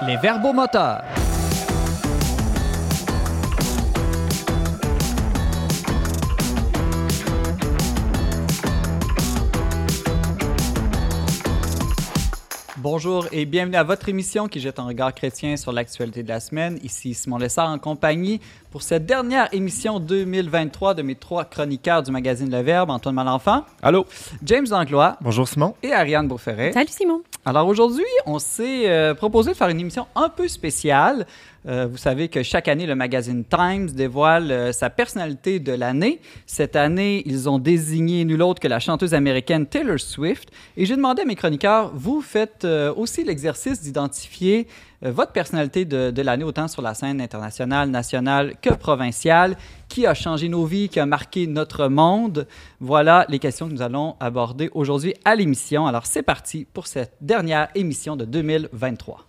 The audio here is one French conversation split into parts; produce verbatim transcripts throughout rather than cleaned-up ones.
Les verbomoteurs. Bonjour et bienvenue à votre émission qui jette un regard chrétien sur l'actualité de la semaine. Ici Simon Lessard en compagnie pour cette dernière émission deux mille vingt-trois de mes trois chroniqueurs du magazine Le Verbe, Antoine Malenfant. Allô. James Langlois. Bonjour Simon. Et Ariane Beauferret. Salut Simon. Alors aujourd'hui, on s'est euh, proposé de faire une émission un peu spéciale. Euh, vous savez que chaque année, le magazine Times dévoile euh, sa personnalité de l'année. Cette année, ils ont désigné nul autre que la chanteuse américaine Taylor Swift. Et j'ai demandé à mes chroniqueurs, vous faites euh, aussi l'exercice d'identifier euh, votre personnalité de, de l'année, autant sur la scène internationale, nationale que provinciale. Qui a changé nos vies, qui a marqué notre monde? Voilà les questions que nous allons aborder aujourd'hui à l'émission. Alors, c'est parti pour cette dernière émission de deux mille vingt-trois.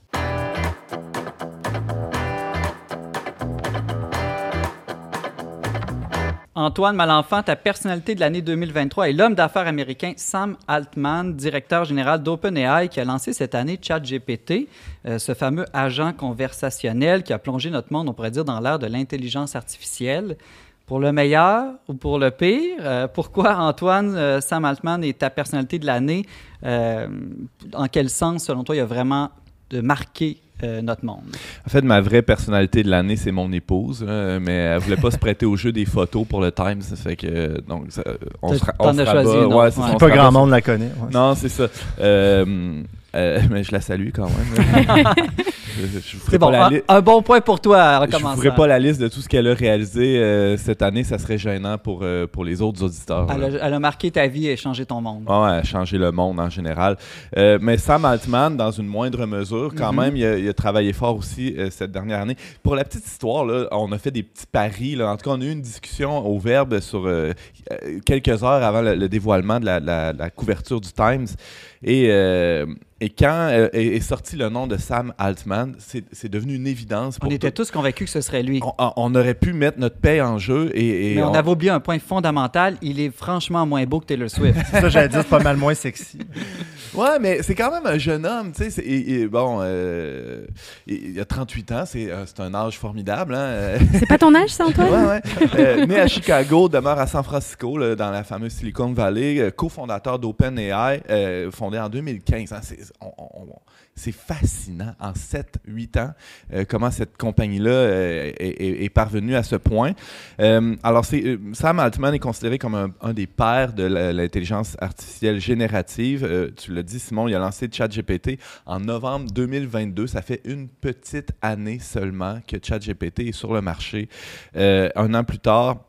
Antoine Malenfant, ta personnalité de l'année deux mille vingt-trois est l'homme d'affaires américain Sam Altman, directeur général d'OpenAI, qui a lancé cette année ChatGPT, euh, ce fameux agent conversationnel qui a plongé notre monde, on pourrait dire, dans l'ère de l'intelligence artificielle. Pour le meilleur ou pour le pire, euh, pourquoi, Antoine, euh, Sam Altman est ta personnalité de l'année? Euh, en quel sens, selon toi, il a vraiment de marqué Euh, notre monde? En fait, ma vraie personnalité de l'année, c'est mon épouse, hein, mais elle voulait pas se prêter au jeu des photos pour le Times, ça fait que donc ça, on se on se choisi, rabat. Ouais, c'est ouais. ça, on Pas se grand rabat. monde la connaît. Ouais. Non, c'est ça. Euh, euh, mais je la salue quand même. je, je, je C'est bon, un, li- un bon point pour toi en Je ne commençant. ferai pas la liste de tout ce qu'elle a réalisé euh, cette année, ça serait gênant pour, euh, pour les autres auditeurs. Elle a, elle a marqué ta vie et changé ton monde. Ouais, elle a changé le monde en général. Euh, mais Sam Altman, dans une moindre mesure, quand Mm-hmm. même, il a, il a travaillé fort aussi euh, cette dernière année. Pour la petite histoire, là, on a fait des petits paris. Là. En tout cas, on a eu une discussion au Verbe sur euh, quelques heures avant le, le dévoilement de la, la, la couverture du Times. Et, euh, et quand euh, est, est sorti le nom de Sam Altman, c'est, c'est devenu une évidence. Pour On était tout. tous convaincus que ce serait lui. On, on aurait pu mettre notre paye en jeu. Et, et Mais on, on avait oublié un point fondamental. Il est franchement moins beau que Taylor Swift. C'est ça, j'allais dire, c'est pas mal moins sexy. Ouais, mais c'est quand même un jeune homme, tu sais. c'est- et- et bon, euh, il il a trente-huit ans, c'est, euh, c'est un âge formidable, hein. C'est pas ton âge, ça, Antoine? Ouais, ouais. Euh, né à Chicago, demeure à San Francisco, là, dans la fameuse Silicon Valley, euh, cofondateur d'OpenAI, euh, fondé en deux mille quinze. Hein, c'est, on- on- on- c'est fascinant, en sept huit ans, euh, comment cette compagnie-là euh, est, est- est parvenue à ce point. Euh, alors, c'est, euh, Sam Altman est considéré comme un, un des pères de la- l'intelligence artificielle générative. Euh, tu l'as dit, Simon, il a lancé ChatGPT en novembre deux mille vingt-deux. Ça fait une petite année seulement que ChatGPT est sur le marché. Euh, un an plus tard,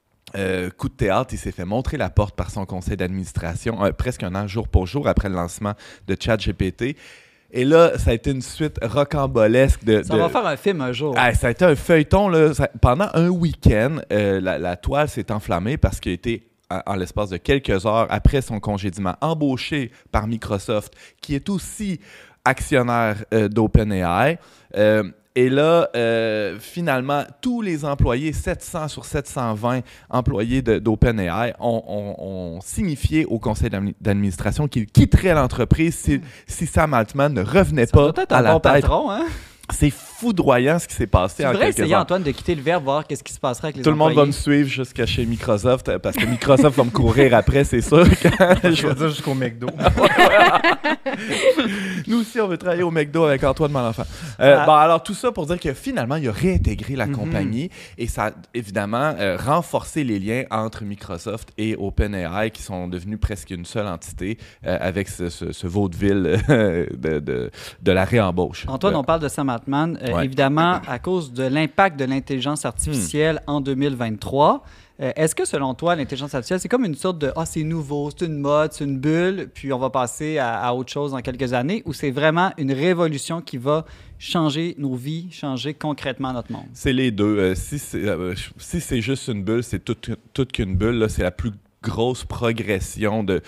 Euh, coup de théâtre, il s'est fait montrer la porte par son conseil d'administration, euh, presque un an jour pour jour après le lancement de ChatGPT. Et là, ça a été une suite rocambolesque de... Ça de... va faire un film un jour. Ah, ça a été un feuilleton. Là, ça- pendant un week-end, euh, la, la toile s'est enflammée parce qu'il a été, en, en l'espace de quelques heures après son congédiement, embauché par Microsoft, qui est aussi actionnaire euh, d'OpenAI. Euh, Et là, euh, finalement, tous les employés, sept cents sur sept cent vingt employés de, d'OpenAI, ont, ont, ont signifié au conseil d'admi- d'administration qu'ils quitteraient l'entreprise si, si Sam Altman ne revenait Ça pas doit être à un la bon tête. patron, hein? C'est foudroyant ce qui s'est passé Tu en devrais quelques essayer, heures. Antoine, de quitter le Verbe, voir qu'est-ce qui se passerait avec les Tout le monde va me employés. suivre jusqu'à chez Microsoft euh, parce que Microsoft va me courir après, c'est sûr. Quand Je je veux vais- dire jusqu'au McDo. Nous aussi, on veut travailler au McDo avec Antoine Malenfant. Euh, Ah. Bon, alors tout ça pour dire que finalement, il a réintégré la Mhm. compagnie et ça a évidemment euh, renforcé les liens entre Microsoft et OpenAI qui sont devenus presque une seule entité euh, avec ce, ce, ce vaudeville euh, de, de, de la réembauche. Antoine, Euh, on parle de Sam Altman, euh, Ouais. évidemment, à cause de l'impact de l'intelligence artificielle en deux mille vingt-trois. Euh, est-ce que, selon toi, l'intelligence artificielle, c'est comme une sorte de « Ah, c'est nouveau, c'est une mode, c'est une bulle, puis on va passer à, à autre chose dans quelques années » ou c'est vraiment une révolution qui va changer nos vies, changer concrètement notre monde? C'est les deux. Euh, si, c'est, euh, si c'est juste une bulle, c'est toute, toute qu'une bulle. Là, c'est la plus grosse progression de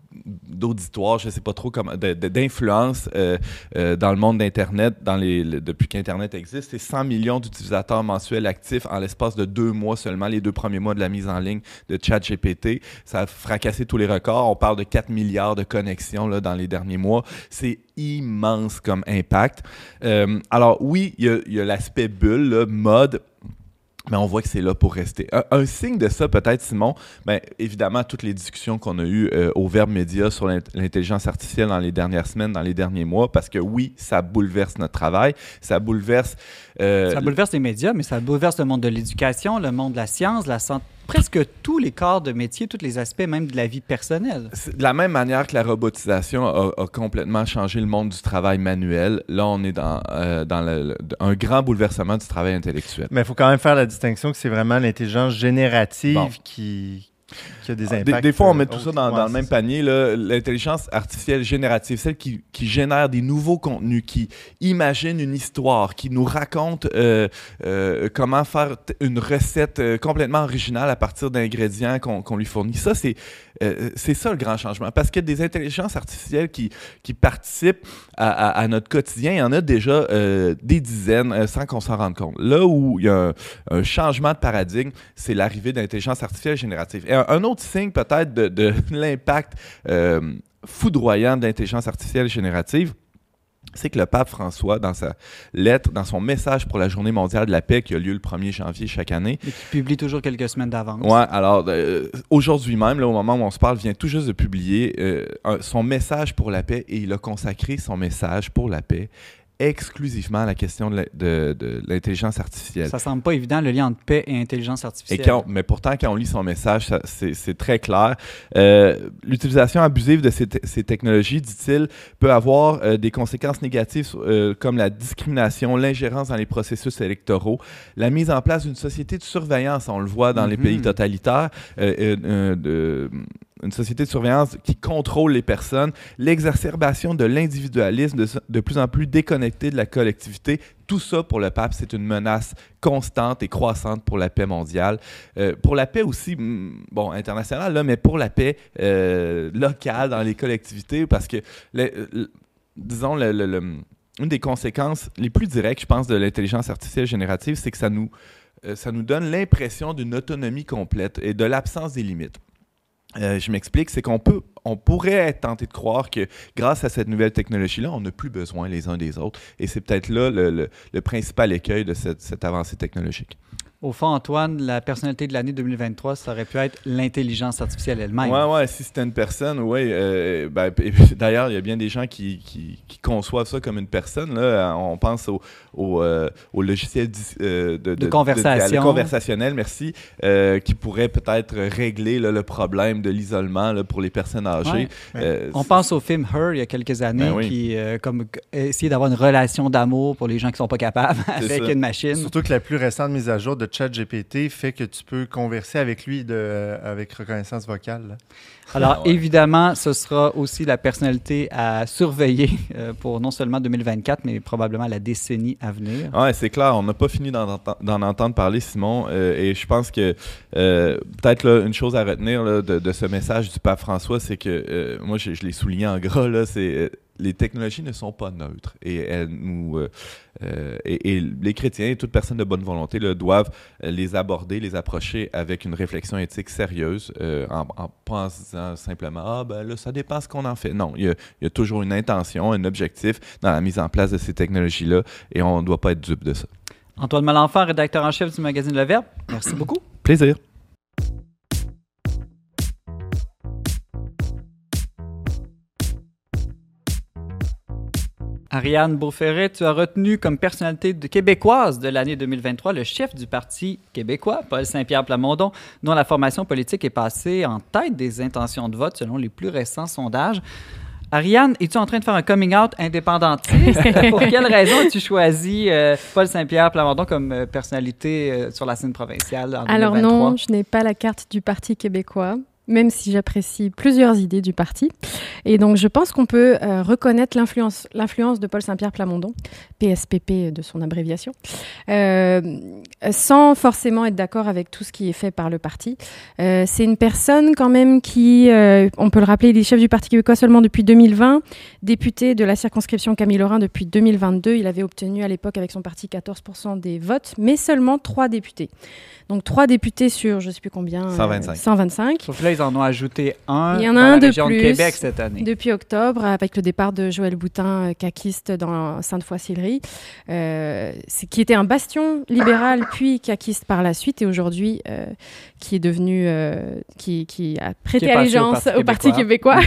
d'auditoire, je ne sais pas trop comment, de, de, d'influence euh, euh, dans le monde d'Internet dans les, le, depuis qu'Internet existe. C'est cent millions d'utilisateurs mensuels actifs en l'espace de deux mois seulement, les deux premiers mois de la mise en ligne de ChatGPT. Ça a fracassé tous les records. On parle de quatre milliards de connexions là, dans les derniers mois. C'est immense comme impact. Euh, alors oui, il y a, il y a l'aspect bulle, là, mode, mais on voit que c'est là pour rester. Un, un signe de ça, peut-être, Simon, bien, évidemment, toutes les discussions qu'on a eues euh, au Verbe Média sur l'intelligence artificielle dans les dernières semaines, dans les derniers mois, parce que oui, ça bouleverse notre travail, ça bouleverse... Euh, ça bouleverse les médias, mais ça bouleverse le monde de l'éducation, le monde de la science, la santé, presque tous les corps de métier, tous les aspects même de la vie personnelle. C'est de la même manière que la robotisation a, a complètement changé le monde du travail manuel, là, on est dans, euh, dans le, le, un grand bouleversement du travail intellectuel. Mais il faut quand même faire la distinction que c'est vraiment l'intelligence générative bon. qui... qui a des impacts. Des, des fois, on met tout euh, ça dans, ouais, dans le même ça. panier. Là. L'intelligence artificielle générative, celle qui, qui génère des nouveaux contenus, qui imagine une histoire, qui nous raconte euh, euh, comment faire t- une recette euh, complètement originale à partir d'ingrédients qu'on, qu'on lui fournit. Ça, c'est, euh, c'est ça le grand changement. Parce que des intelligences artificielles qui, qui participent à, à, à notre quotidien, il y en a déjà euh, des dizaines euh, sans qu'on s'en rende compte. Là où il y a un, un changement de paradigme, c'est l'arrivée d'intelligence artificielle générative. Et un autre signe peut-être de, de l'impact euh, foudroyant de l'intelligence artificielle générative, c'est que le pape François, dans sa lettre, dans son message pour la Journée mondiale de la paix qui a lieu le premier janvier chaque année... Et qui publie toujours quelques semaines d'avance. Oui, alors euh, aujourd'hui même, là, au moment où on se parle, vient tout juste de publier euh, un, son message pour la paix et il a consacré son message pour la paix exclusivement à la question de, la, de, de l'intelligence artificielle. Ça semble pas évident, le lien entre paix et intelligence artificielle. Et quand, mais pourtant, quand on lit son message, ça, c'est, c'est très clair. Euh, l'utilisation abusive de ces, te- ces technologies, dit-il, peut avoir euh, des conséquences négatives euh, comme la discrimination, l'ingérence dans les processus électoraux, la mise en place d'une société de surveillance, on le voit dans mm-hmm. les pays totalitaires, euh, euh, euh, de... une société de surveillance qui contrôle les personnes, l'exacerbation de l'individualisme de, de plus en plus déconnecté de la collectivité. Tout ça, pour le pape, c'est une menace constante et croissante pour la paix mondiale. Euh, pour la paix aussi, bon, internationale, là, mais pour la paix euh, locale dans les collectivités, parce que, le, le, disons, le, le, le, une des conséquences les plus directes, je pense, de l'intelligence artificielle générative, c'est que ça nous, euh, ça nous donne l'impression d'une autonomie complète et de l'absence des limites. Euh, je m'explique, c'est qu'on peut, on pourrait être tenté de croire que grâce à cette nouvelle technologie-là, on n'a plus besoin les uns des autres. Et c'est peut-être là le, le, le principal écueil de cette, cette avancée technologique. Au fond, Antoine, la personnalité de l'année deux mille vingt-trois, ça aurait pu être l'intelligence artificielle elle-même. Oui, oui, si c'était une personne, oui. Euh, ben, d'ailleurs, il y a bien des gens qui, qui, qui conçoivent ça comme une personne. Là. On pense au, au, euh, au logiciel euh, de, de, de conversation. De, de, de, conversationnel, merci, euh, qui pourrait peut-être régler là, le problème de l'isolement là, pour les personnes âgées. Ouais. Euh, On pense au film Her, il y a quelques années, ben oui. qui euh, comme essayait d'avoir une relation d'amour pour les gens qui ne sont pas capables avec ça. Une machine. Surtout que la plus récente mise à jour de ChatGPT fait que tu peux converser avec lui de, euh, avec reconnaissance vocale. Là. Alors, ah ouais. évidemment, ce sera aussi la personnalité à surveiller euh, pour non seulement deux mille vingt-quatre, mais probablement la décennie à venir. Oui, c'est clair. On n'a pas fini d'en, d'en entendre parler, Simon. Euh, et je pense que euh, peut-être là, une chose à retenir là, de, de ce message du pape François, c'est que, euh, moi, je, je l'ai souligné en gras, là, c'est... Euh, les technologies ne sont pas neutres et elles nous euh, euh, et, et les chrétiens et toute personne de bonne volonté là, doivent les aborder, les approcher avec une réflexion éthique sérieuse, euh, en, en pensant simplement ah ben là ça dépend ce qu'on en fait. Non, il y a, il y a toujours une intention, un objectif dans la mise en place de ces technologies là et on ne doit pas être dupe de ça. Antoine Malenfant, rédacteur en chef du magazine Le Verbe. Merci beaucoup. Plaisir. Ariane Beauferret, tu as retenu comme personnalité de québécoise de l'année deux mille vingt-trois le chef du Parti québécois, Paul Saint-Pierre Plamondon, dont la formation politique est passée en tête des intentions de vote selon les plus récents sondages. Ariane, es-tu en train de faire un coming out indépendantiste? Pour quelle raison as-tu choisi euh, Paul Saint-Pierre Plamondon comme euh, personnalité euh, sur la scène provinciale en Alors deux mille vingt-trois? Non, je n'ai pas la carte du Parti québécois. même si j'apprécie plusieurs idées du parti. Et donc, je pense qu'on peut euh, reconnaître l'influence, l'influence de Paul Saint-Pierre Plamondon, P S P P de son abréviation, euh, sans forcément être d'accord avec tout ce qui est fait par le parti. Euh, c'est une personne quand même qui, euh, on peut le rappeler, il est chef du Parti québécois seulement depuis deux mille vingt, député de la circonscription Camille-Lorrain depuis deux mille vingt-deux. Il avait obtenu à l'époque avec son parti quatorze pour cent des votes, mais seulement trois députés. Donc trois députés sur, je ne sais plus combien, cent vingt-cinq. Euh, cent vingt-cinq. Sauf que là, ils en ont ajouté un Il y en a dans un la de région plus de Québec cette année. Depuis octobre, avec le départ de Joël Boutin, euh, caquiste dans Sainte-Foy-Sillery, euh, c'est, qui était un bastion libéral, puis caquiste par la suite, et aujourd'hui, euh, qui est devenu, euh, qui, qui a prêté Qui est passé allégeance au au Parti Parti québécois.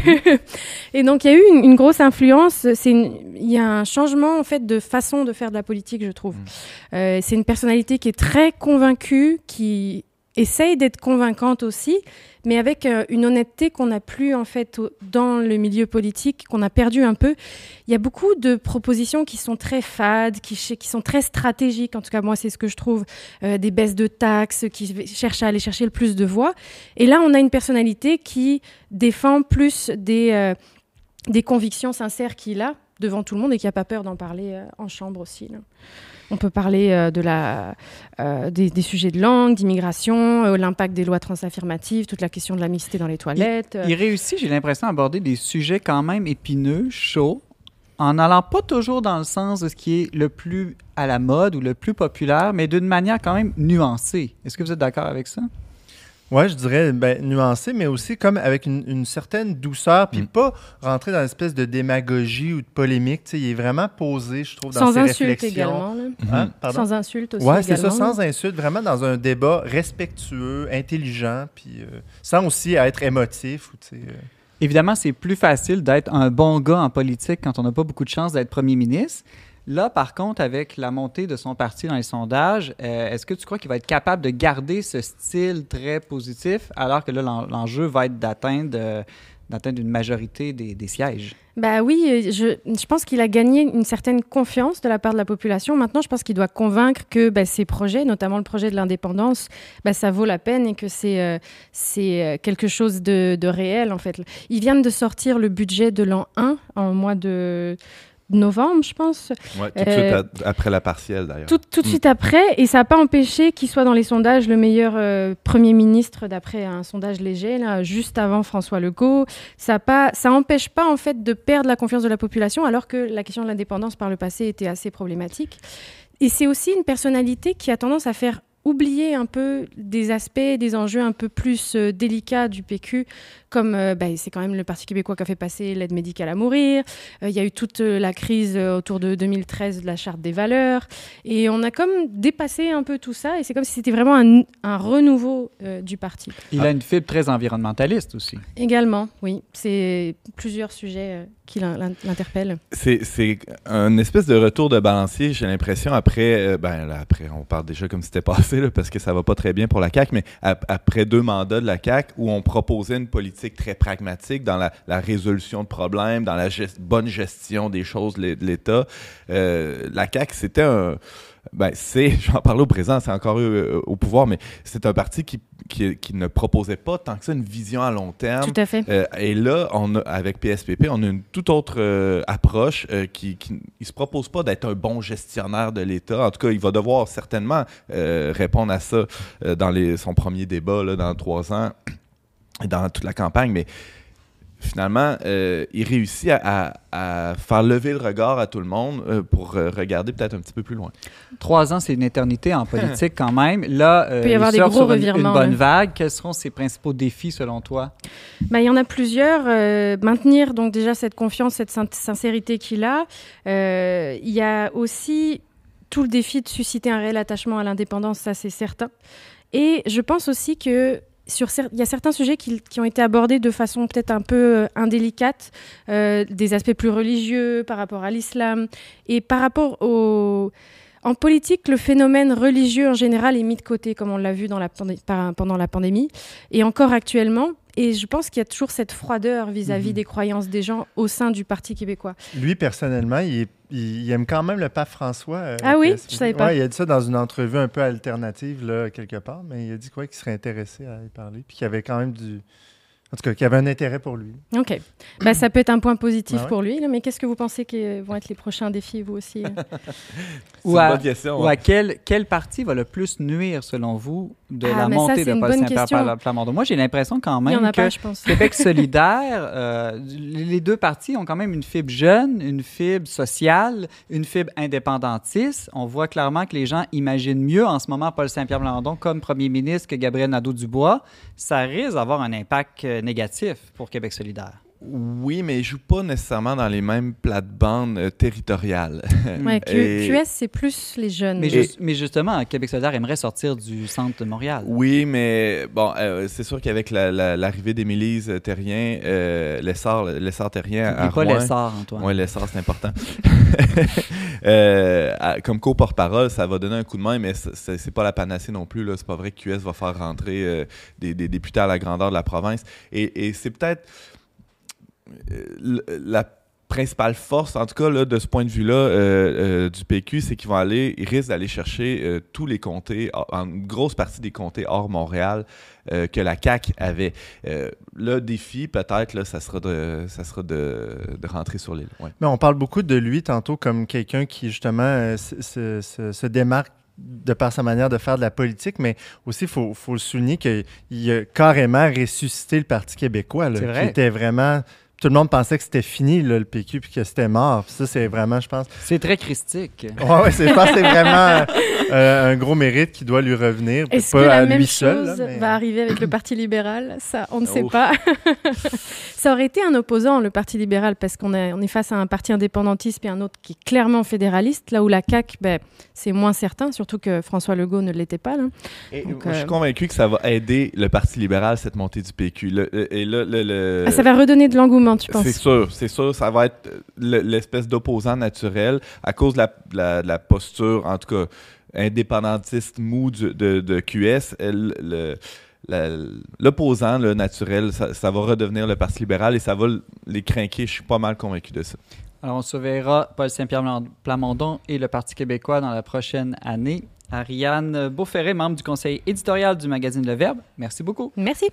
Et donc, il y a eu une, une grosse influence. C'est une, il y a un changement, en fait, de façon de faire de la politique, je trouve. Mm. Euh, c'est une personnalité qui est très convaincue, qui essaye d'être convaincante aussi, mais avec euh, une honnêteté qu'on n'a plus en fait au, dans le milieu politique, qu'on a perdu un peu. Il y a beaucoup de propositions qui sont très fades, qui, qui sont très stratégiques, en tout cas moi c'est ce que je trouve, euh, des baisses de taxes, qui cherchent à aller chercher le plus de voix. Et là on a une personnalité qui défend plus des, euh, des convictions sincères qu'il a devant tout le monde et qui n'a pas peur d'en parler euh, en chambre aussi, là. On peut parler euh, de la, euh, des, des sujets de langue, d'immigration, euh, l'impact des lois transaffirmatives, toute la question de la mixité dans les toilettes. Il, il réussit, j'ai l'impression, à aborder des sujets quand même épineux, chauds, en n'allant pas toujours dans le sens de ce qui est le plus à la mode ou le plus populaire, mais d'une manière quand même nuancée. Est-ce que vous êtes d'accord avec ça? Oui, je dirais ben, nuancé, mais aussi comme avec une, une certaine douceur, puis mm. pas rentrer dans une espèce de démagogie ou de polémique. T'sais, il est vraiment posé, je trouve, dans sans ses insulte réflexions. Également, là. Hein? Pardon? Sans insulte aussi. Oui, c'est ça, également, sans insulte, vraiment dans un débat respectueux, intelligent, puis euh, sans aussi être émotif. Ou, euh... Évidemment, c'est plus facile d'être un bon gars en politique quand on n'a pas beaucoup de chance d'être premier ministre. Là, par contre, avec la montée de son parti dans les sondages, euh, est-ce que tu crois qu'il va être capable de garder ce style très positif alors que là, l'en- l'enjeu va être d'atteindre, euh, d'atteindre une majorité des, des sièges? Bah oui, je, je pense qu'il a gagné une certaine confiance de la part de la population. Maintenant, je pense qu'il doit convaincre que bah, ses projets, notamment le projet de l'indépendance, bah, ça vaut la peine et que c'est, euh, c'est quelque chose de, de réel, en fait. Ils viennent de sortir le budget de l'an un en mois de... novembre, je pense. Ouais, tout de Euh, suite à- après la partielle, d'ailleurs. Tout, tout de Mm. suite après, et ça n'a pas empêché qu'il soit dans les sondages le meilleur euh, Premier ministre, d'après un sondage léger, là, juste avant François Legault. Ça pas, ça empêche pas, en fait, de perdre la confiance de la population, alors que la question de l'indépendance, par le passé, était assez problématique. Et c'est aussi une personnalité qui a tendance à faire oublier un peu des aspects, des enjeux un peu plus euh, délicats du P Q, comme euh, ben, c'est quand même le Parti québécois qui a fait passer l'aide médicale à mourir. Il euh, y a eu toute euh, la crise euh, autour de deux mille treize de la Charte des valeurs. Et on a comme dépassé un peu tout ça. Et c'est comme si c'était vraiment un, un renouveau euh, du parti. Il Ah. a une fibre très environnementaliste aussi. Également, oui. C'est plusieurs sujets euh, qui l'in- l'in- l'interpellent. C'est, c'est un espèce de retour de balancier, j'ai l'impression, après, euh, ben là, après, on parle déjà comme si c'était passé, là, parce que ça va pas très bien pour la C A Q, mais ap- après deux mandats de la C A Q, où on proposait une politique très pragmatique dans la, la résolution de problèmes, dans la gest- bonne gestion des choses de l'État, euh, la C A Q, c'était un... Ben, c'est, je vais en parler au présent, c'est encore eux, euh, au pouvoir, mais c'est un parti qui, qui, qui ne proposait pas tant que ça une vision à long terme. Tout à fait. Euh, et là, on a, avec P S P P, on a une toute autre euh, approche euh, qui ne se propose pas d'être un bon gestionnaire de l'État. En tout cas, il va devoir certainement euh, répondre à ça euh, dans les, son premier débat là, dans trois ans et dans toute la campagne. Mais finalement, euh, il réussit à, à, à faire lever le regard à tout le monde euh, pour euh, regarder peut-être un petit peu plus loin. Trois ans, c'est une éternité en politique quand même. Là, euh, Il peut y avoir il des sort gros sur une, revirements, une bonne là. vague. Quels seront ses principaux défis selon toi? Ben, il y en a plusieurs. Euh, maintenir donc déjà cette confiance, cette sin- sincérité qu'il a. Euh, il y a aussi tout le défi de susciter un réel attachement à l'indépendance, ça c'est certain. Et je pense aussi que sur cer- il y a certains sujets qui, qui ont été abordés de façon peut-être un peu euh, indélicate, euh, des aspects plus religieux par rapport à l'islam et par rapport au... En politique, le phénomène religieux en général est mis de côté, comme on l'a vu dans la pandé- par- pendant la pandémie, et encore actuellement. Et je pense qu'il y a toujours cette froideur vis-à-vis Mhm. des croyances des gens au sein du Parti québécois. Lui, personnellement, il, est- il- il aime quand même le pape François. euh, Ah oui? P S P P. Je savais pas. Ouais, il a dit ça dans une entrevue un peu alternative, là, quelque part, mais il a dit quoi qu'il serait intéressé à y parler, puis qu'il y avait quand même du, en tout cas, qui avait un intérêt pour lui. OK. Ben, ça peut être un point positif Ah ouais. pour lui, là, mais qu'est-ce que vous pensez que vont être les prochains défis, vous aussi? C'est Ou une à, bonne question. ou hein. à quel, quel parti va le plus nuire, selon vous, de Ah, la mais ça, montée c'est de une Paul bonne Saint-Pierre question. Pla- Plamondon? Moi, j'ai l'impression quand Il n'y en même a que pas, je pense. Québec solidaire, euh, les deux partis ont quand même une fibre jeune, une fibre sociale, une fibre indépendantiste. On voit clairement que les gens imaginent mieux en ce moment Paul Saint-Pierre Plamondon comme premier ministre que Gabriel Nadeau-Dubois. Ça risque d'avoir un impact euh, négatif pour Québec solidaire. Oui, mais ils ne jouent pas nécessairement dans les mêmes plates-bandes euh, territoriales. Ouais, Q- Et- QS, c'est plus les jeunes. Mais, Et- juste- mais justement, Québec solidaire aimerait sortir du centre de Montréal. Oui, mais bon, euh, c'est sûr qu'avec la- la- l'arrivée d'Émilise Terrien, euh, l'essor, l'essor Terrien à N'oublie pas Rouen... l'essor, Antoine. Oui, l'essor, c'est important. Euh, à- comme co-porte-parole, ça va donner un coup de main, mais c'est- c'est c'est pas la panacée non plus. Là. C'est pas vrai que Q S va faire rentrer euh, des, des députés à la grandeur de la province. Et, et c'est peut-être euh, l- la principale force, en tout cas là, de ce point de vue-là, euh, euh, du P Q, c'est qu'ils vont aller, ils risquent d'aller chercher euh, tous les comtés, en une grosse partie des comtés hors Montréal euh, que la C A Q avait. Euh, le défi, peut-être, là, ça sera de, ça sera de, de rentrer sur l'île. Ouais. Mais on parle beaucoup de lui tantôt comme quelqu'un qui, justement, euh, se, se- se- se démarque de par sa manière de faire de la politique, mais aussi, il faut, faut le souligner qu'il a carrément ressuscité le Parti québécois, là, C'est qui vrai. était vraiment... Tout le monde pensait que c'était fini, là, le P Q, puis que c'était mort. Puis ça, c'est vraiment, je pense... C'est très christique. Ouais, ouais, c'est, je pense que c'est vraiment euh, un gros mérite qui doit lui revenir. Peut-être Est-ce pas que la à même lui chose seul, là, mais- va arriver avec le Parti libéral? Ça, on ne sait Ouf. pas. Ça aurait été un opposant, le Parti libéral, parce qu'on est, on est face à un parti indépendantiste puis un autre qui est clairement fédéraliste, là où la C A Q, ben, c'est moins certain, surtout que François Legault ne l'était pas. Là. Et Donc, moi, je suis euh, convaincu que ça va aider le Parti libéral, cette montée du P Q. Le- le- et là, le, le- Ah, ça va redonner de l'engouement, tu penses? C'est sûr, c'est sûr. Ça va être le- l'espèce d'opposant naturel à cause de la, la- la posture, en tout cas, indépendantiste mou du- de, de Q S. Elle- le- la- L'opposant le naturel, ça, ça va redevenir le Parti libéral et ça va l- les craquer. Je suis pas mal convaincu de ça. Alors, on surveillera Paul Saint-Pierre Plamondon et le Parti québécois dans la prochaine année. Ariane Beauferré, membre du conseil éditorial du magazine Le Verbe, merci beaucoup. Merci.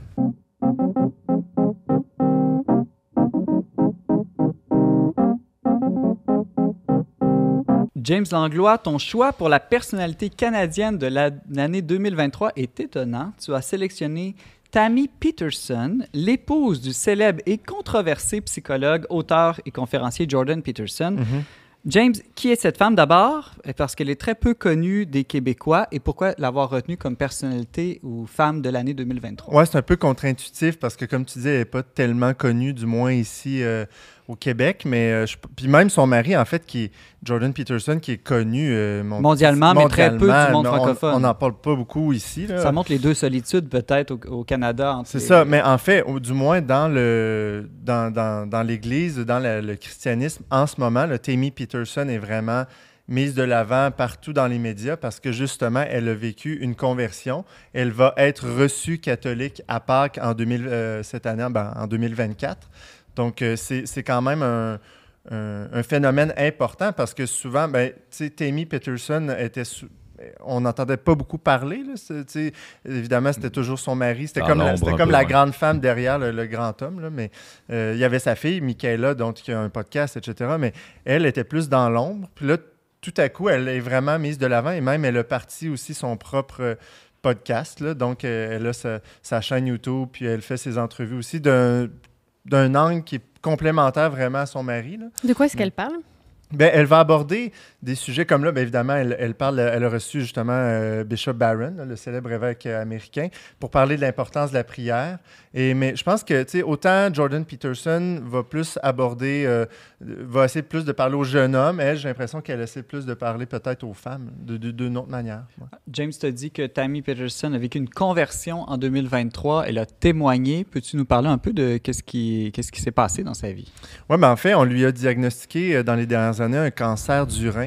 James Langlois, ton choix pour la personnalité canadienne de la- l'année deux mille vingt-trois est étonnant. Tu as sélectionné Tammy Peterson, l'épouse du célèbre et controversé psychologue, auteur et conférencier Jordan Peterson. Mhm. James, qui est cette femme d'abord? Parce qu'elle est très peu connue des Québécois et pourquoi l'avoir retenue comme personnalité ou femme de l'année deux mille vingt-trois? Ouais, c'est un peu contre-intuitif parce que, comme tu disais, elle n'est pas tellement connue, du moins ici euh, au Québec. Mais euh, je- puis même son mari, en fait, qui est Jordan Peterson, qui est connu euh, mon- Mondialement, mais très peu du mondialement, monde mais on- francophone. On n'en parle pas beaucoup ici. Là. Ça montre les deux solitudes peut-être au, au Canada. entre C'est les- ça, mais en fait, au- du moins dans le dans, dans, dans l'Église, dans la- le christianisme, en ce moment, le Tammy Peterson est vraiment mise de l'avant partout dans les médias parce que justement, elle a vécu une conversion. Elle va être reçue catholique à Pâques en deux mille, euh, cette année, ben, en deux mille vingt-quatre. Donc, euh, c'est, c'est quand même un, un- un phénomène important parce que souvent, ben, tu sais, Tammy Peterson était... sou- on n'entendait pas beaucoup parler. Là, c'est- tu sais, évidemment, c'était toujours son mari. C'était Dans comme, la, l'ombre c'était un comme peu, la ouais. grande femme derrière le, le grand homme. Là, mais euh, il y avait sa fille, Michaela, donc, qui a un podcast, et cetera. Mais elle était plus dans l'ombre. Puis là, tout à coup, elle est vraiment mise de l'avant et même elle a parti aussi son propre euh, podcast. Là. Donc, euh, elle a sa, sa chaîne YouTube, puis elle fait ses entrevues aussi d'un, d'un angle qui est complémentaire vraiment à son mari. Là. De quoi est-ce qu'elle parle? Ben, elle va aborder des sujets comme là. Bien évidemment, elle, elle parle, elle a reçu justement euh, Bishop Barron, là, le célèbre évêque euh, américain, pour parler de l'importance de la prière. Et, mais je pense que, tu sais, autant Jordan Peterson va plus aborder, euh, va essayer plus de parler aux jeunes hommes. Elle, j'ai l'impression qu'elle essaie plus de parler peut-être aux femmes, de, de, d'une autre manière. Ouais. James t'a dit que Tammy Peterson a vécu une conversion en deux mille vingt-trois. Elle a témoigné. Peux-tu nous parler un peu de qu'est-ce qui, qu'est-ce qui s'est passé dans sa vie? Oui, mais en fait, on lui a diagnostiqué euh, dans les dernières années un cancer du rein.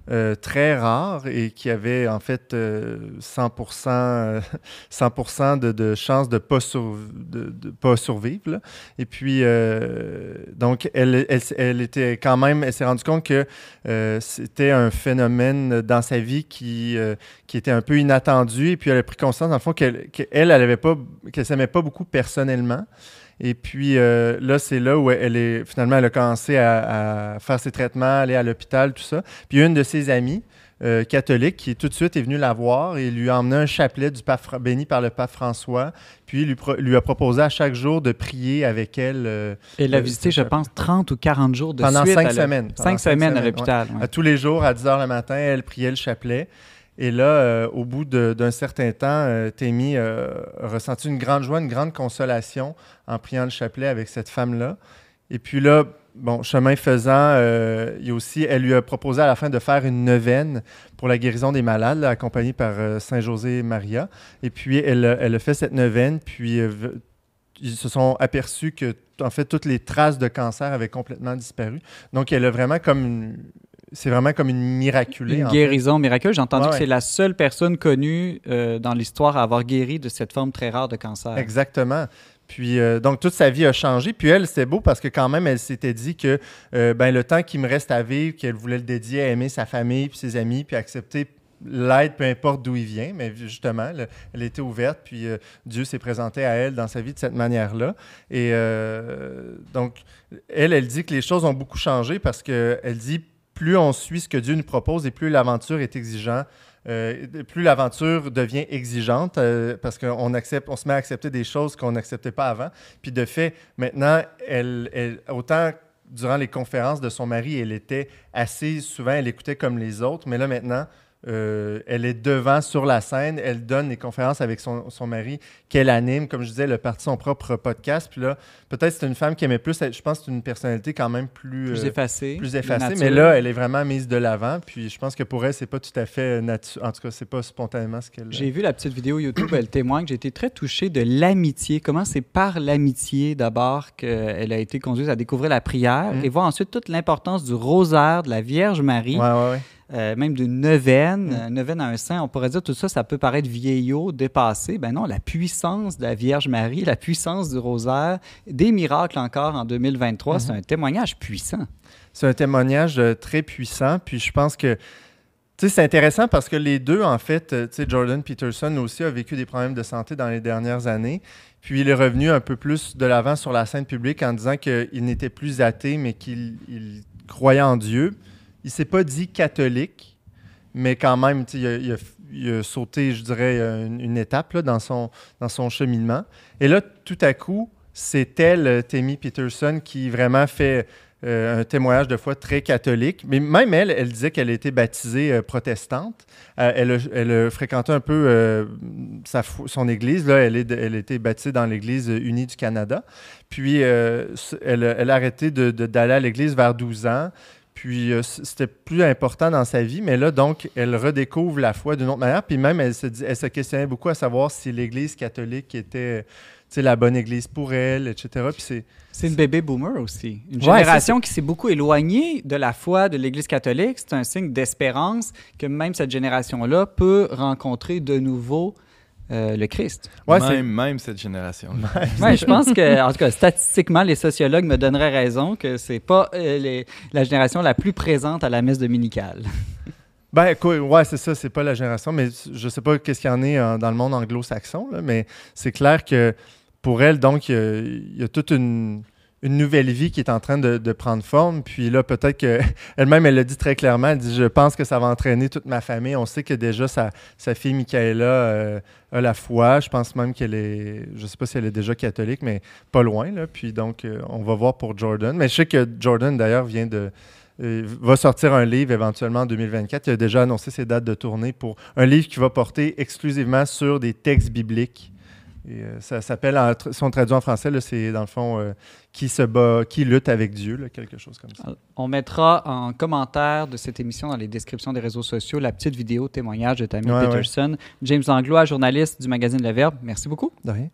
euh, très rare et qui avait en fait euh, cent pour cent, euh, cent pour cent de, de chances de ne pas, sur, de, de pas survivre. Là. Et puis, euh, donc, elle, elle, elle était quand même, elle s'est rendue compte que euh, c'était un phénomène dans sa vie qui, euh, qui était un peu inattendu. Et puis, elle a pris conscience, dans le fond, qu'elle, qu'elle, elle avait pas, qu'elle s'aimait pas beaucoup personnellement. Et puis euh, là, c'est là où elle est, finalement, elle a commencé à, à faire ses traitements, aller à l'hôpital, tout ça. Puis une de ses amies euh, catholiques qui tout de suite est venue la voir et lui a emmené un chapelet du pape, béni par le pape François. Puis lui, pro, lui a proposé à chaque jour de prier avec elle. Euh, elle l'a visité, je pense, trente ou quarante jours de pendant suite. Cinq à semaines. Cinq, cinq semaines, semaines à l'hôpital. Ouais. Ouais. À tous les jours, à dix heures le matin, elle priait le chapelet. Et là, euh, au bout de, d'un certain temps, euh, Tammy euh, a ressenti une grande joie, une grande consolation en priant le chapelet avec cette femme-là. Et puis là, bon, chemin faisant, euh, il y a aussi, elle lui a proposé à la fin de faire une neuvaine pour la guérison des malades, là, accompagnée par euh, Saint José Maria. Et puis, elle, elle a fait cette neuvaine, puis euh, ils se sont aperçus que, en fait, toutes les traces de cancer avaient complètement disparu. Donc, elle a vraiment comme une... C'est vraiment comme une miraculée. Une en guérison fait. miraculeuse. J'ai entendu ouais, que ouais. c'est la seule personne connue euh, dans l'histoire à avoir guéri de cette forme très rare de cancer. Exactement. Puis, euh, donc, toute sa vie a changé. Puis elle, c'était beau parce que quand même, elle s'était dit que euh, ben, le temps qui me reste à vivre, qu'elle voulait le dédier à aimer sa famille, puis ses amis, puis accepter l'aide, peu importe d'où il vient. Mais justement, elle, elle était ouverte, puis euh, Dieu s'est présenté à elle dans sa vie de cette manière-là. Et euh, donc, elle, elle dit que les choses ont beaucoup changé parce qu'elle dit plus on suit ce que Dieu nous propose et plus l'aventure est exigeante, euh, plus l'aventure devient exigeante euh, parce qu'on accepte, on se met à accepter des choses qu'on n'acceptait pas avant. Puis de fait, maintenant, elle, elle, autant durant les conférences de son mari, elle était assez souvent, elle écoutait comme les autres, mais là maintenant, Euh, elle est devant sur la scène, elle donne les conférences avec son, son mari qu'elle anime. Comme je disais, elle a parti son propre podcast. Puis là, peut-être c'est une femme qui aimait plus, je pense que c'est une personnalité quand même plus, plus euh, effacée. Plus effacée, mais là, elle est vraiment mise de l'avant. Puis je pense que pour elle, c'est pas tout à fait naturel. En tout cas, c'est pas spontanément ce qu'elle... J'ai vu la petite vidéo YouTube, elle témoigne que j'ai été très touché de l'amitié. Comment c'est par l'amitié d'abord qu'elle a été conduite à découvrir la prière mmh. et voir ensuite toute l'importance du rosaire, de la Vierge Marie. Ouais, ouais, ouais. Euh, même d'une neuvaine, mm. euh, neuvaine à un saint, on pourrait dire tout ça, ça peut paraître vieillot, dépassé. Ben non, la puissance de la Vierge Marie, la puissance du rosaire, des miracles encore en deux mille vingt-trois, mm-hmm. c'est un témoignage puissant. C'est un témoignage euh, très puissant, puis je pense que tu sais, c'est intéressant parce que les deux, en fait, euh, tu sais, Jordan Peterson aussi a vécu des problèmes de santé dans les dernières années, puis il est revenu un peu plus de l'avant sur la scène publique en disant qu'il n'était plus athée, mais qu'il il croyait en Dieu. Il ne s'est pas dit catholique, mais quand même, il a, il, a, il a sauté, je dirais, une, une étape là, dans, son, dans son cheminement. Et là, tout à coup, c'est elle, Tammy Peterson, qui vraiment fait euh, un témoignage de foi très catholique. Mais même elle, elle disait qu'elle était baptisée euh, protestante. Euh, elle, a, elle a fréquenté un peu euh, sa, son église. Là, elle, est, elle a été baptisée dans l'Église unie du Canada. Puis, euh, elle, elle a arrêté de, de, d'aller à l'église vers douze ans. Puis, euh, c'était plus important dans sa vie. Mais là, donc, elle redécouvre la foi d'une autre manière. Puis même, elle se, dit, elle se questionnait beaucoup à savoir si l'Église catholique était la bonne Église pour elle, et cetera. Puis c'est, c'est une bébé boomer aussi. Une ouais, génération qui s'est beaucoup éloignée de la foi de l'Église catholique. C'est un signe d'espérance que même cette génération-là peut rencontrer de nouveau Euh, le Christ. Ouais, même, c'est... même cette génération. Ouais, je pense que, en tout cas, statistiquement, les sociologues me donneraient raison que c'est pas euh, les, la génération la plus présente à la messe dominicale. Ben, écoute, ouais, c'est ça, c'est pas la génération, mais je sais pas qu'est-ce qu'il y en est euh, dans le monde anglo-saxon, là, mais c'est clair que pour elle, donc, il y, y a toute une, une nouvelle vie qui est en train de, de prendre forme. Puis là, peut-être qu'elle-même, elle l'a dit très clairement, elle dit « Je pense que ça va entraîner toute ma famille. » On sait que déjà, sa, sa fille Michaela euh, a la foi. Je pense même qu'elle est, je sais pas si elle est déjà catholique, mais pas loin. Là. Puis donc, euh, on va voir pour Jordan. Mais je sais que Jordan, d'ailleurs, vient de... Euh, va sortir un livre éventuellement en deux mille vingt-quatre. Il a déjà annoncé ses dates de tournée pour un livre qui va porter exclusivement sur des textes bibliques. Et, euh, ça s'appelle, en, si on traduit en français, là, c'est dans le fond euh, qui se bat, qui lutte avec Dieu, là, quelque chose comme ça. On mettra en commentaire de cette émission dans les descriptions des réseaux sociaux la petite vidéo témoignage de Tammy ouais, Peterson. Ouais. James Langlois, journaliste du magazine Le Verbe. Merci beaucoup. De rien.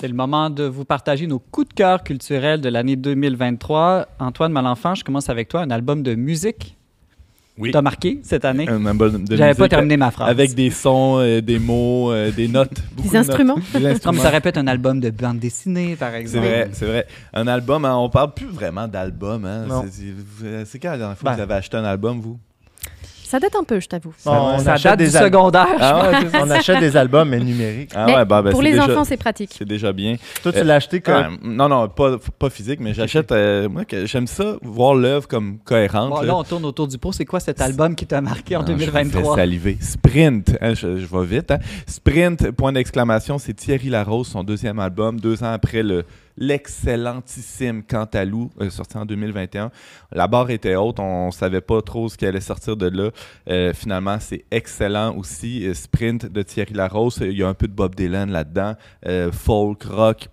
C'est le moment de vous partager nos coups de cœur culturels de l'année deux mille vingt-trois. Antoine Malenfant, je commence avec toi. Un album de musique. Oui. T'as marqué cette année? Un album de J'avais musique pas terminé ma phrase. avec des sons, euh, des mots, euh, des notes. beaucoup Des de notes. instruments. Des Non, mais instruments. ça répète un album de bande dessinée, par C'est exemple. vrai, c'est vrai. Un album, hein, on parle plus vraiment d'album. Hein. Non. C'est, c'est, c'est quand la dernière fois que Ben. vous avez acheté un album, vous? Ça date un peu, je t'avoue. Bon, on Ça achète date du des al- secondaire. Ah ouais, c'est ça. On achète des albums, mais numériques. Ah Mais ouais, bah, ben, pour c'est les déjà, enfants, c'est pratique. c'est déjà bien. Toi, tu Euh, l'as acheté comme... Ah, non, non, pas, pas physique, mais j'achète. euh, moi, que, j'aime ça, voir l'œuvre comme cohérente. Bon, là. là, on tourne autour du pot. C'est quoi cet album qui t'a marqué en Non, deux mille Je me vingt-trois? fais saliver. Sprint, hein, je, je vais vite. Hein. Sprint, point d'exclamation, c'est Thierry Larose, son deuxième album, deux ans après le l'excellentissime Cantalou, euh, sorti en deux mille vingt et un. La barre était haute, on savait pas trop ce qui allait sortir de là. Euh, finalement, c'est excellent aussi. Euh, Sprint de Thierry Larose, il y a un peu de Bob Dylan là-dedans, euh, folk, rock.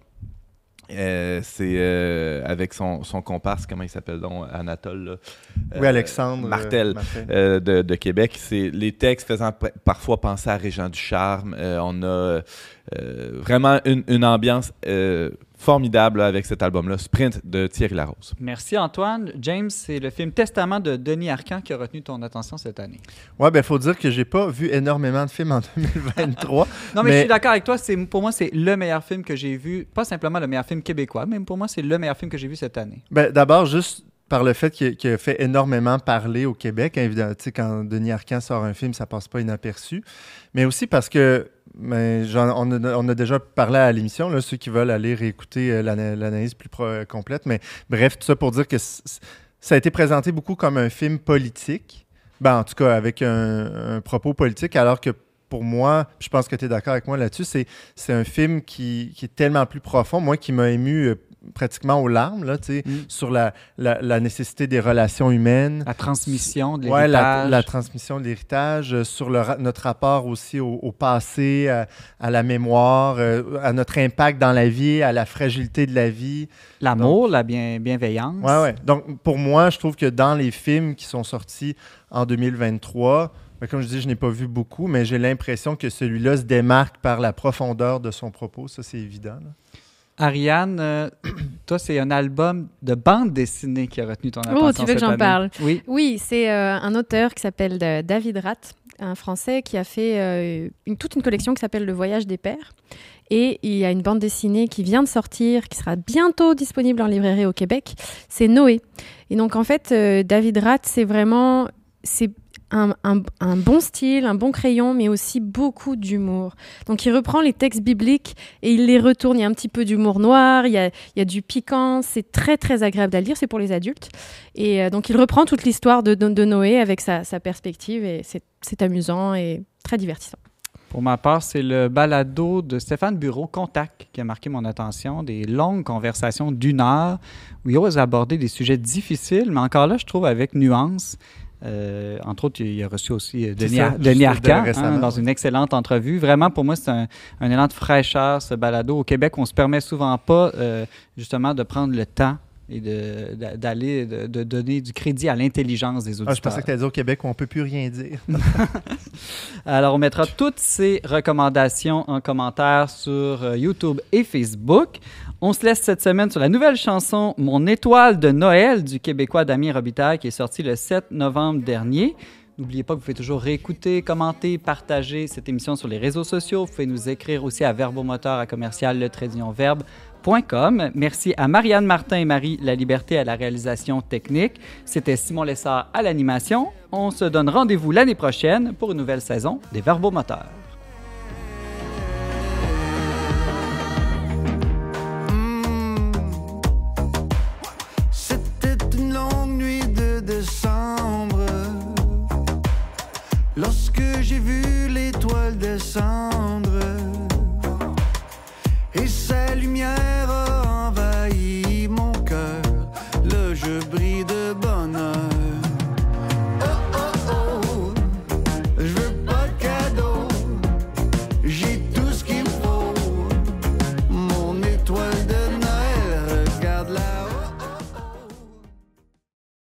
Euh, c'est euh, avec son, son comparse, comment il s'appelle donc, Anatole, là. Oui, Euh, Alexandre. euh, Martel. Martel. euh, de, de Québec. C'est les textes faisant p- parfois penser à Régent Ducharme. Euh, on a euh, vraiment une, une ambiance euh, formidable là, avec cet album-là, Sprint de Thierry Larose. Merci, Antoine. James, c'est le film Testament de Denis Arcand qui a retenu ton attention cette année. Ouais, ben, faut dire que j'ai pas vu énormément de films en deux mille vingt-trois. Non, mais, Mais- je suis d'accord avec toi. C'est, pour moi, c'est le meilleur film que j'ai vu. Pas simplement le meilleur film québécois, mais pour moi, c'est le meilleur film que j'ai vu cette année. Ben, d'abord, juste par le fait qu'il, qu'il a fait énormément parler au Québec. Hein, évidemment, tu sais, quand Denis Arcand sort un film, ça passe pas inaperçu. Mais aussi parce que, ben, j'en- on, a, on a déjà parlé à l'émission, là, ceux qui veulent aller réécouter euh, l'ana- l'analyse plus pro- complète. Mais bref, tout ça pour dire que c- c- ça a été présenté beaucoup comme un film politique. Ben, en tout cas, avec un, un propos politique, alors que pour moi, je pense que tu es d'accord avec moi là-dessus, c'est, c'est un film qui, qui est tellement plus profond, moi, qui m'a ému euh, pratiquement aux larmes, là, tu sais, Mm. sur la, la, la nécessité des relations humaines. La transmission de Ouais, la, l'héritage. la transmission de l'héritage, euh, sur le ra- notre rapport aussi au, au passé, à, à la mémoire, euh, à notre impact dans la vie, à la fragilité de la vie. L'amour, la bien, bienveillance. Ouais, ouais. Donc, pour moi, je trouve que dans les films qui sont sortis en deux mille vingt-trois, ben, comme je dis, je n'ai pas vu beaucoup, mais j'ai l'impression que celui-là se démarque par la profondeur de son propos. Ça, c'est évident, là. Ariane, euh, toi, c'est un album de bande dessinée qui a retenu ton attention Oh, tu veux que cette j'en année. parle? Oui. Oui, c'est euh, un auteur qui s'appelle euh, David Rath, un Français qui a fait euh, une, toute une collection qui s'appelle Le Voyage des Pères. Et il y a une bande dessinée qui vient de sortir, qui sera bientôt disponible en librairie au Québec. C'est Noé. Et donc, en fait, euh, David Rath, c'est vraiment... C'est un, un, un bon style, un bon crayon, mais aussi beaucoup d'humour. Donc, il reprend les textes bibliques et il les retourne. Il y a un petit peu d'humour noir, il y a, il y a du piquant. C'est très, très agréable à lire. C'est pour les adultes. Et euh, donc, il reprend toute l'histoire de, de, de Noé avec sa, sa perspective. Et c'est, c'est amusant et très divertissant. Pour ma part, c'est le balado de Stéphane Bureau, Contact, qui a marqué mon attention. Des longues conversations d'une heure où il ose aborder des sujets difficiles, mais encore là, je trouve avec nuance. Euh, entre autres, il a reçu aussi euh, C'est Denis, ça, Ar- Denis juste Arcand récemment, hein, dans ouais. une excellente entrevue. Vraiment, pour moi, c'est un, un élan de fraîcheur, ce balado. Au Québec, on ne se permet souvent pas, euh, justement, de prendre le temps et de, d'a- d'aller, de, de donner du crédit à l'intelligence des auditeurs. Ah, je pensais que tu allais dire au Québec où on ne peut plus rien dire. Alors, on mettra toutes ces recommandations en commentaire sur euh, YouTube et Facebook. On se laisse cette semaine sur la nouvelle chanson « Mon étoile de Noël » du Québécois Damien Robitaille qui est sorti le sept novembre dernier. N'oubliez pas que vous pouvez toujours réécouter, commenter, partager cette émission sur les réseaux sociaux. Vous pouvez nous écrire aussi à verbomoteur à commercial le trait d'union verbe point com. Merci à Marianne Martin et Marie La Liberté à la réalisation technique. C'était Simon Lessard à l'animation. On se donne rendez-vous l'année prochaine pour une nouvelle saison des Verbomoteurs. C'était une longue nuit de décembre lorsque j'ai vu l'étoile descendre et sa lumière a envahi mon cœur. Le jeu brille de